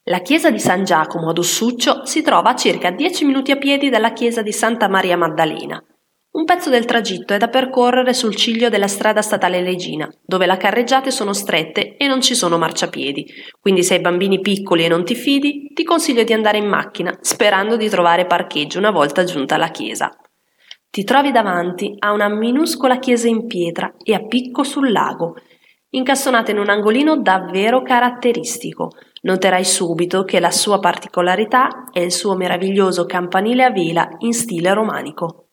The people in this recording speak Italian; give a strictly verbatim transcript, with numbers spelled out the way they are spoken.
La chiesa di San Giacomo ad Ossuccio si trova a circa dieci minuti a piedi dalla chiesa di Santa Maria Maddalena. Un pezzo del tragitto è da percorrere sul ciglio della strada statale Legina, dove le carreggiate sono strette e non ci sono marciapiedi, quindi se hai bambini piccoli e non ti fidi, ti consiglio di andare in macchina, sperando di trovare parcheggio una volta giunta alla chiesa. Ti trovi davanti a una minuscola chiesa in pietra e a picco sul lago, incastonata in un angolino davvero caratteristico. Noterai subito che la sua particolarità è il suo meraviglioso campanile a vela in stile romanico.